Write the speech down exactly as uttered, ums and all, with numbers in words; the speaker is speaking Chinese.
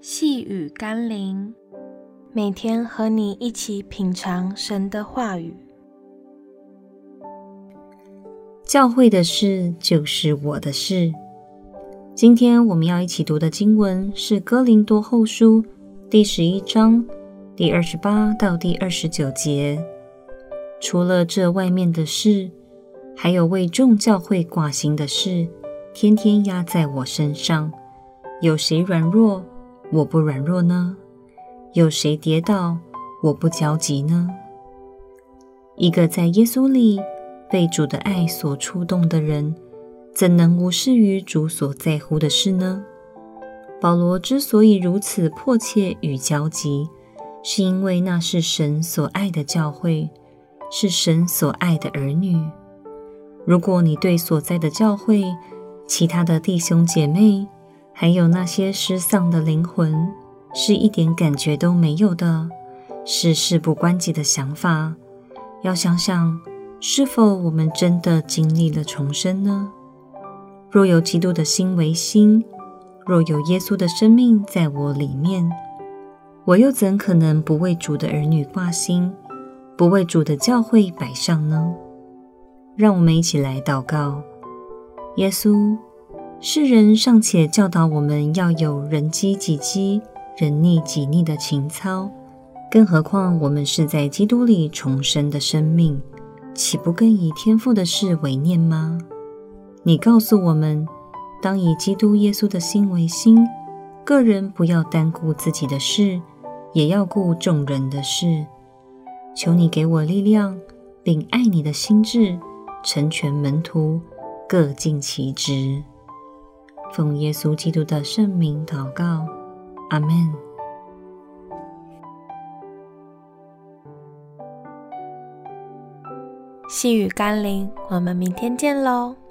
细雨甘霖，每天和你一起品尝神的话语。 教会的事就是我的事。今天我们要一起读的经文是哥林多后书第十一章第二十八到第二十九节。除了这外面的事，还有为众教会挂心的事，天天压在我身上。有谁软弱，我不软弱呢？有谁跌倒，我不焦急呢？一个在耶稣里被主的爱所触动的人，怎能无视于主所在乎的事呢？保罗之所以如此迫切与焦急，是因为那是神所爱的教会，是神所爱的儿女。如果你对所在的教会、其他的弟兄姐妹，还有那些失丧的灵魂，是一点感觉都没有的，是事不关己的想法，要想想，是否我们真的经历了重生呢？若有基督的心为心，若有耶稣的生命在我里面，我又怎可能不为主的儿女挂心，不为主的教会摆上呢？让我们一起来祷告。耶稣，世人尚且教导我们要有人饥己饥，人逆己逆的情操，更何况我们是在基督里重生的生命，岂不更以天父的事为念吗？你告诉我们，当以基督耶稣的心为心，个人不要单顾自己的事，也要顾众人的事。求你给我力量，并爱你的心志，成全门徒，各尽其职。奉耶稣基督的圣名祷告，阿们。 细雨甘霖，我们明天见喽。